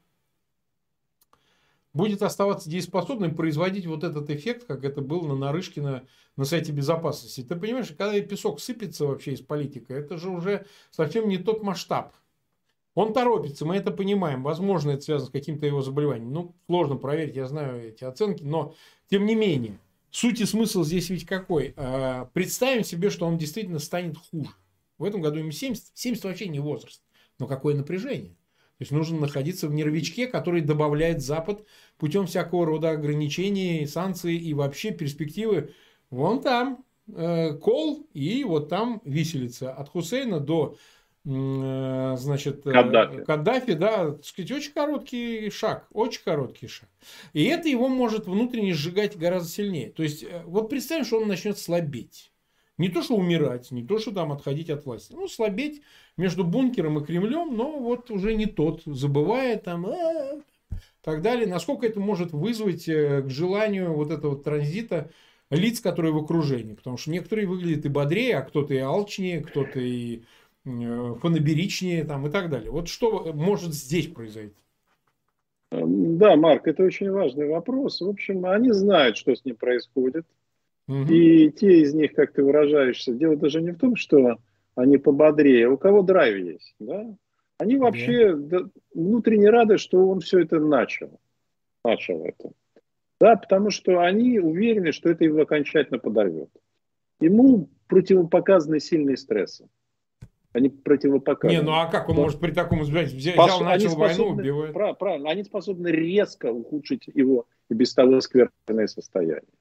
будет оставаться дееспособным, производить вот этот эффект, как это было на Нарышкина на сайте безопасности? Ты понимаешь, когда песок сыпется вообще из политики, это же уже совсем не тот масштаб. Он торопится, мы это понимаем. Возможно, это связано с каким-то его заболеванием. Ну, сложно проверить, я знаю эти оценки, но тем не менее. Суть и смысл здесь ведь какой? Представим себе, что он действительно станет хуже. В этом году ему 70. 70 вообще не возраст. Но какое напряжение? То есть нужно находиться в нервичке, который добавляет Запад путем всякого рода ограничений, санкций и вообще перспективы. Вон там кол и вот там виселица. От Хусейна до значит, Каддафи, да, так сказать, очень короткий шаг. И это его может внутренне сжигать гораздо сильнее. То есть, вот представим, что он начнет слабеть. Не то, что умирать, не то, что там отходить от власти. Ну, слабеть между бункером и Кремлем, но вот уже не тот, забывая там, так далее. Насколько это может вызвать к желанию вот этого транзита лиц, которые в окружении. Потому что некоторые выглядят и бодрее, а кто-то и алчнее, кто-то и фанаберичнее там, и так далее. Вот что может здесь произойти? Да, Марк, это очень важный вопрос. В общем, они знают, что с ним происходит. Угу. И те из них, как ты выражаешься, дело даже не в том, что они пободрее, у кого драйв есть. Да? Они вообще внутренне рады, что он все это начал. Начал это. Да, потому что они уверены, что это его окончательно подорвет. Ему противопоказаны сильные стрессы. Они противопоказаны. Не, ну а как он может при таком избежать? Взял, начал войну, убивает. Правильно, они способны резко ухудшить его и без того скверное состояние.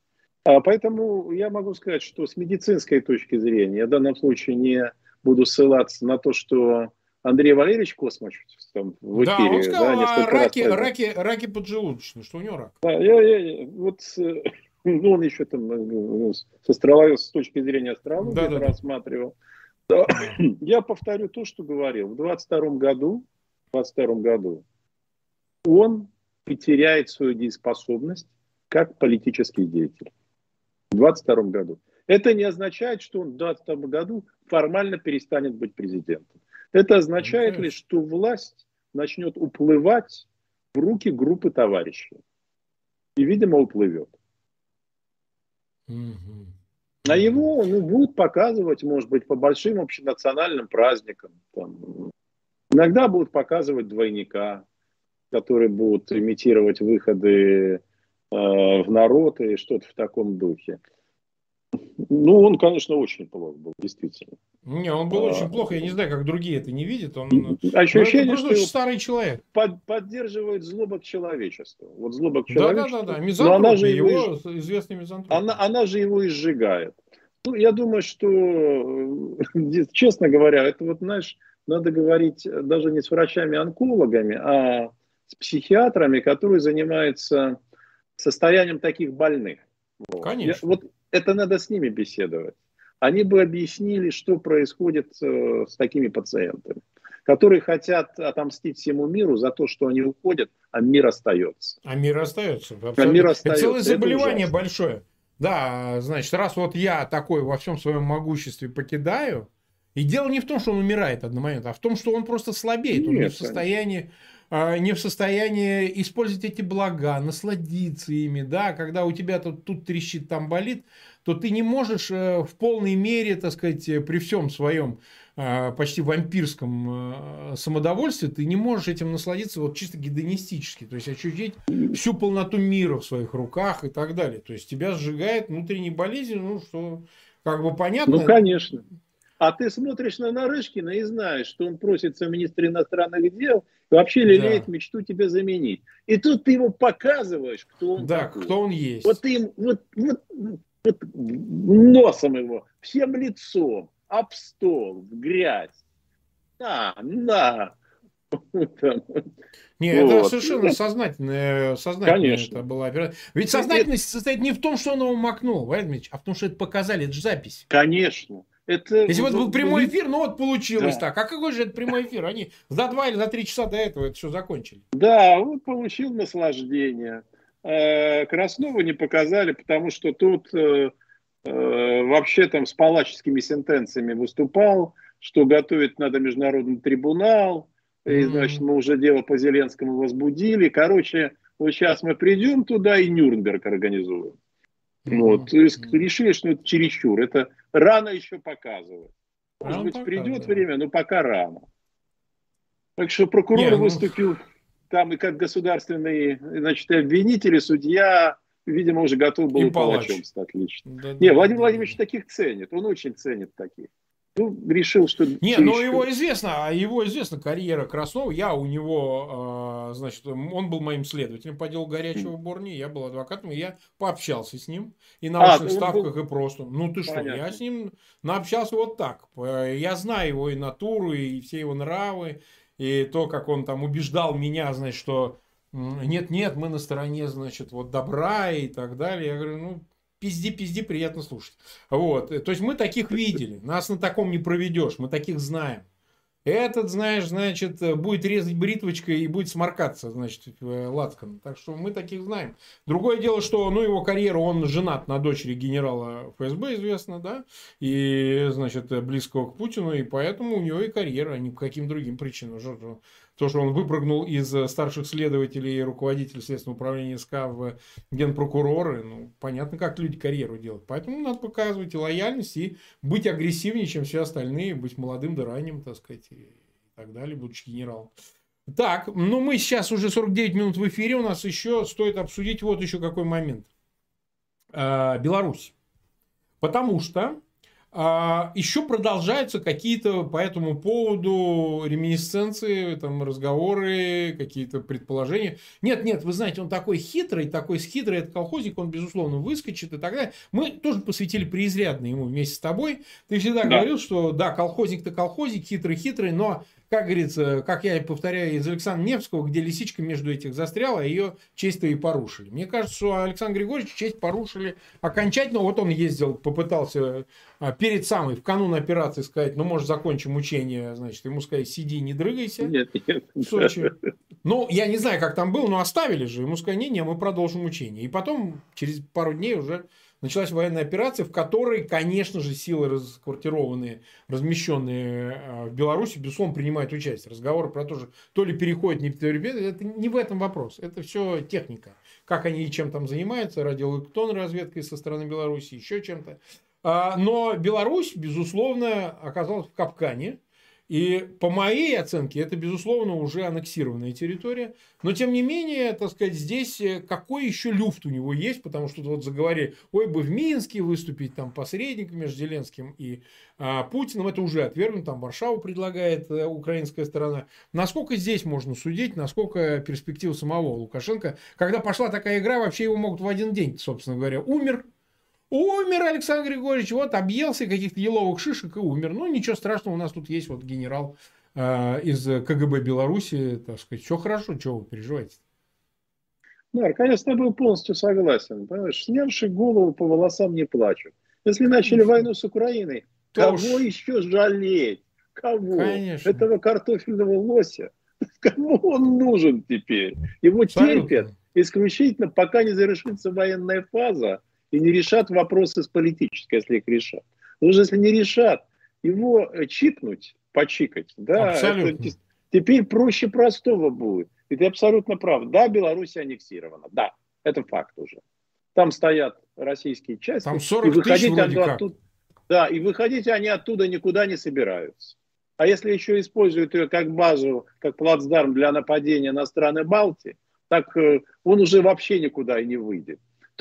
Поэтому я могу сказать, что с медицинской точки зрения, я в данном случае не буду ссылаться на то, что Андрей Валерьевич Космачев там в Да, он эфире, да, сказал о несколько раз произнес. раке поджелудочной, что у него рак. Да, вот, ну, он еще там с точки зрения астрологии это рассматривал. Да. Я повторю то, что говорил. В 22 году он потеряет свою дееспособность как политический деятель. В 22 году. Это не означает, что он в 22 году формально перестанет быть президентом. Это означает лишь, что власть начнет уплывать в руки группы товарищей. И, видимо, уплывет. А его будут показывать, может быть, по большим общенациональным праздникам. Там. Иногда будут показывать двойника, которые будут имитировать выходы в народ и что-то в таком духе. Ну, он, конечно, очень плох был, действительно. Не, он был очень плохо. Я не знаю, как другие это не видят. Он ощущение, просто очень старый человек. Поддерживает злоба к человечеству. Вот злоба к человечеству. Да. Мизантропия, его известный мизантроп. Она же его изжигает. Ну, я думаю, что, честно говоря, это вот, знаешь, надо говорить даже не с врачами-онкологами, а с психиатрами, которые занимаются состоянием таких больных. Конечно. Вот это надо с ними беседовать. Они бы объяснили, что происходит с такими пациентами, которые хотят отомстить всему миру за то, что они уходят, а мир остается. А мир остается. Это целое заболевание большое. Да, значит, раз вот я такой во всем своем могуществе покидаю, и дело не в том, что он умирает одномоментно, а в том, что он просто слабеет. Он не в состоянии использовать эти блага, насладиться ими, да, когда у тебя тут трещит, там болит, то ты не можешь в полной мере, так сказать, при всем своем почти вампирском самодовольстве, ты не можешь этим насладиться вот чисто гедонистически, то есть ощутить всю полноту мира в своих руках и так далее. То есть тебя сжигает внутренней болезнь, ну, что как бы понятно. Ну, конечно. А ты смотришь на Нарышкина и знаешь, что он просится в министре иностранных дел, и вообще лелеет мечту тебя заменить. И тут ты его показываешь, кто он такой. Кто он есть. Вот им, вот носом его, всем лицом, об стол, в грязь. На. Не, это совершенно сознательная это была операция. Ведь сознательность состоит не в том, что он его макнул, Владимир Ильич, а в том, что это показали, это же запись. Конечно. Если вот был прямой эфир, ну вот получилось так. А какой же это прямой эфир? Они за 2 или за 3 часа до этого это все закончили. Да, он получил наслаждение. Краснову не показали, потому что тут вообще там с палаческими сентенциями выступал, что готовить надо международный трибунал. И, значит, мы уже дело по Зеленскому возбудили. Короче, вот сейчас мы придем туда и Нюрнберг организуем. Вот, то есть решили, что это чересчур. Это рано еще показывать. Может быть, придет время, но пока рано. Так что прокурор выступил там и как государственный, значит, обвинитель, и судья, видимо, уже готов был и палачом стать лично. Владимир Владимирович таких ценит. Он очень ценит таких. Ну, решил, что... его известна карьера Краснова. Я у него, значит, он был моим следователем по делу горячего Борни, я был адвокатом, и я пообщался с ним и на очных ставках, и просто. Ну, ты что, я с ним наобщался вот так. Я знаю его и натуру, и все его нравы, и то, как он там убеждал меня, значит, что нет, мы на стороне, значит, вот добра и так далее. Я говорю, ну... Пизди, приятно слушать. Вот. То есть мы таких видели. Нас на таком не проведешь. Мы таких знаем. Этот, знаешь, значит, будет резать бритвочкой и будет сморкаться, значит, лацканом. Так что мы таких знаем. Другое дело, что, его карьеру, он женат на дочери генерала ФСБ, известно, да, и, значит, близкого к Путину, и поэтому у него и карьера, а не по каким другим причинам. То, что он выпрыгнул из старших следователей и руководителя Следственного управления СК в генпрокуроры, понятно, как люди карьеру делают. Поэтому надо показывать и лояльность, и быть агрессивнее, чем все остальные, быть молодым да ранним, так сказать, и так далее, будучи генералом. Так, мы сейчас уже 49 минут в эфире, у нас еще стоит обсудить вот еще какой момент. Беларусь. Потому что еще продолжаются какие-то по этому поводу реминисценции, там, разговоры, какие-то предположения. Нет, вы знаете, он такой хитрый этот колхозник, он, безусловно, выскочит и так далее. Мы тоже посвятили преизрядно ему вместе с тобой. Ты всегда говорил, что да, колхозник-то колхозник, хитрый, но, как говорится, как я повторяю из Александра Невского, где лисичка между этих застряла, ее честь-то и порушили. Мне кажется, что Александр Григорьевич честь порушили окончательно. Вот он ездил, попытался в канун операции сказать, ну, может, закончим учение, значит, ему сказать, сиди, не дрыгайся. Нет. В Сочи. Ну, я не знаю, как там было, но оставили же. Ему сказали, не, мы продолжим учение. И потом, через пару дней уже началась военная операция, в которой, конечно же, силы расквартированные, размещенные в Беларуси, безусловно, принимают участие. Разговоры про то, что то ли переходит, не переходит, это не в этом вопрос. Это все техника. Как они и чем там занимаются, радиоэлектронной разведкой со стороны Беларуси, еще чем-то. Но Беларусь, безусловно, оказалась в капкане. И по моей оценке, это, безусловно, уже аннексированная территория. Но, тем не менее, так сказать, здесь какой еще люфт у него есть, потому что вот заговорили, ой, бы в Минске выступить там посредником между Зеленским и Путиным. Это уже отвергнуто, там Варшаву предлагает украинская сторона. Насколько здесь можно судить, насколько перспектива самого Лукашенко, когда пошла такая игра, вообще его могут в один день, собственно говоря, Умер Александр Григорьевич, вот объелся каких-то еловых шишек и умер. Ну, ничего страшного, у нас тут есть вот генерал из КГБ Беларуси, так сказать, все хорошо, чего вы переживаете? Да, конечно, я был полностью согласен. Понимаешь, снявши голову по волосам не плачут. Если начали войну с Украиной, кого еще жалеть? Кого? Конечно. Этого картофельного лося? Кому он нужен теперь? Его терпят исключительно, пока не завершится военная фаза, и не решат вопросы с политической, если их решат. Но уже если не решат, его чикнуть, почикать, да, это теперь проще простого будет. И ты абсолютно прав. Да, Беларусь аннексирована. Да, это факт уже. Там стоят российские части. Там 40 тысяч вроде как. Оттуда, да, и выходить они оттуда никуда не собираются. А если еще используют ее как базу, как плацдарм для нападения на страны Балтии, так он уже вообще никуда и не выйдет.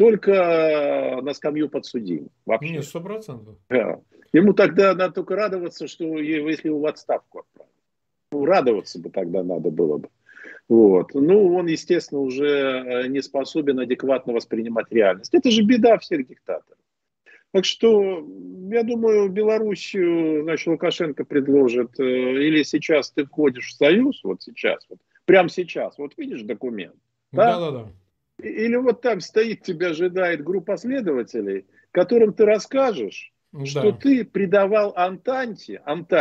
Только на скамью подсудимых. Вообще. Нет, 100%. Да. Ему тогда надо только радоваться, что если его в отставку отправят. Ну, радоваться бы тогда надо было бы. Вот. Ну, он, естественно, уже не способен адекватно воспринимать реальность. Это же беда всех диктаторов. Так что, я думаю, Белоруссию, значит, Лукашенко предложит, или сейчас ты входишь в союз, вот сейчас, вот, прямо сейчас, вот видишь документ. Да. Или вот там стоит, тебя ожидает группа следователей, которым ты расскажешь, что ты предавал Антанте,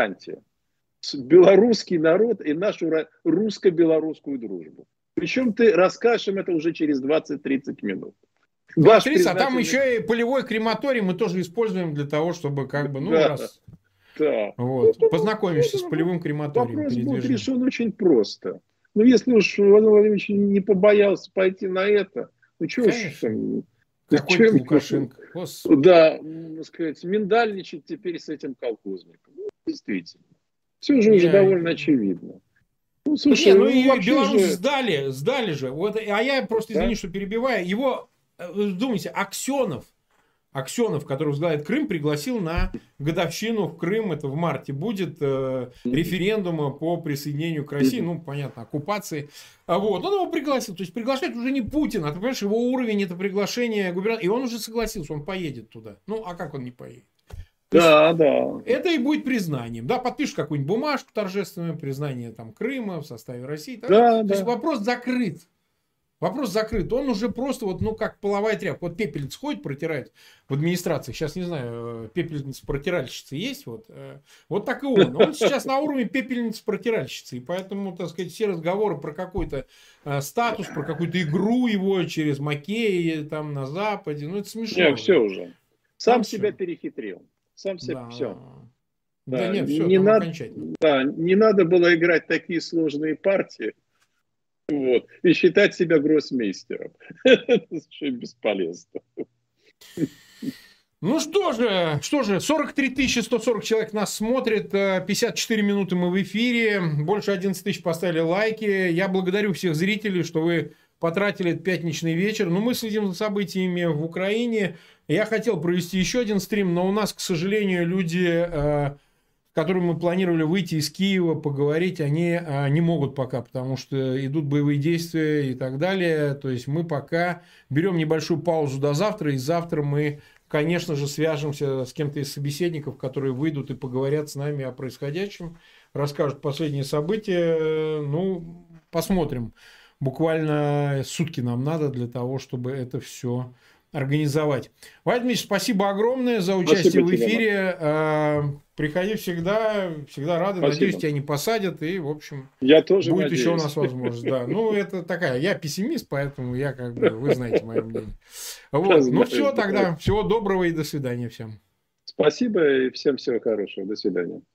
белорусский народ и нашу русско-белорусскую дружбу. Причем ты расскажешь им это уже через 20-30 минут. Смотрите, а там еще и полевой крематорий мы тоже используем для того, чтобы как бы, вот, познакомишься с полевым крематорием. Вопрос будет решен очень просто. Ну, если уж Владимир Владимирович не побоялся пойти на это, ну, чего ж там... Какой Лукашенко? Да, сказать, миндальничать теперь с этим колхозником. Ну, действительно. Все же уже довольно очевидно. Ну, слушай, и Беларусь сдали же. Вот, а я просто, извини, что перебиваю. Его, думайте, Аксенов, который возглавляет Крым, пригласил на годовщину в Крым, это в марте будет, референдума по присоединению к России, ну, понятно, оккупации. Вот, он его пригласил, то есть приглашает уже не Путин, а ты понимаешь, его уровень это приглашение губернатора, и он уже согласился, он поедет туда. Ну, а как он не поедет? Да. Это и будет признанием. Да, подпишешь какую-нибудь бумажку торжественную, признание там Крыма в составе России. То есть вопрос закрыт. Вопрос закрыт. Он уже просто вот, ну, как половая тряпка. Вот пепельниц ходит, протирает в администрации. Сейчас, не знаю, пепельница-протиральщица есть. Вот так и он. Он сейчас на уровне пепельницы-протиральщицы. И поэтому, так сказать, все разговоры про какой-то статус, про какую-то игру его через Макеи там на Западе. Ну, это смешно. Нет, все уже. Сам себя перехитрил. Сам себя все. Да, нет, все, не надо, не надо было играть такие сложные партии. Вот. И считать себя гроссмейстером. Это совершенно бесполезно. Ну что же, 43 140 человек нас смотрит, 54 минуты мы в эфире, больше 11 тысяч поставили лайки. Я благодарю всех зрителей, что вы потратили этот пятничный вечер. Но мы следим за событиями в Украине. Я хотел провести еще один стрим, но у нас, к сожалению, люди, с которыми мы планировали выйти из Киева, поговорить, они не могут пока, потому что идут боевые действия и так далее. То есть мы пока берем небольшую паузу до завтра, и завтра мы, конечно же, свяжемся с кем-то из собеседников, которые выйдут и поговорят с нами о происходящем, расскажут последние события. Ну, посмотрим. Буквально сутки нам надо для того, чтобы это все организовать. Владимир Дмитриевич, спасибо огромное за участие Спасибо в тебе, эфире. Приходи всегда, всегда рады. Спасибо. Надеюсь, тебя не посадят. И, в общем, Я тоже будет надеюсь. еще у нас возможность. Да. Ну, это такая, я пессимист, поэтому я как бы, вы знаете мое мнение. Вот. Ну, все тогда. Всего доброго и до свидания всем. Спасибо и всем всего хорошего. До свидания.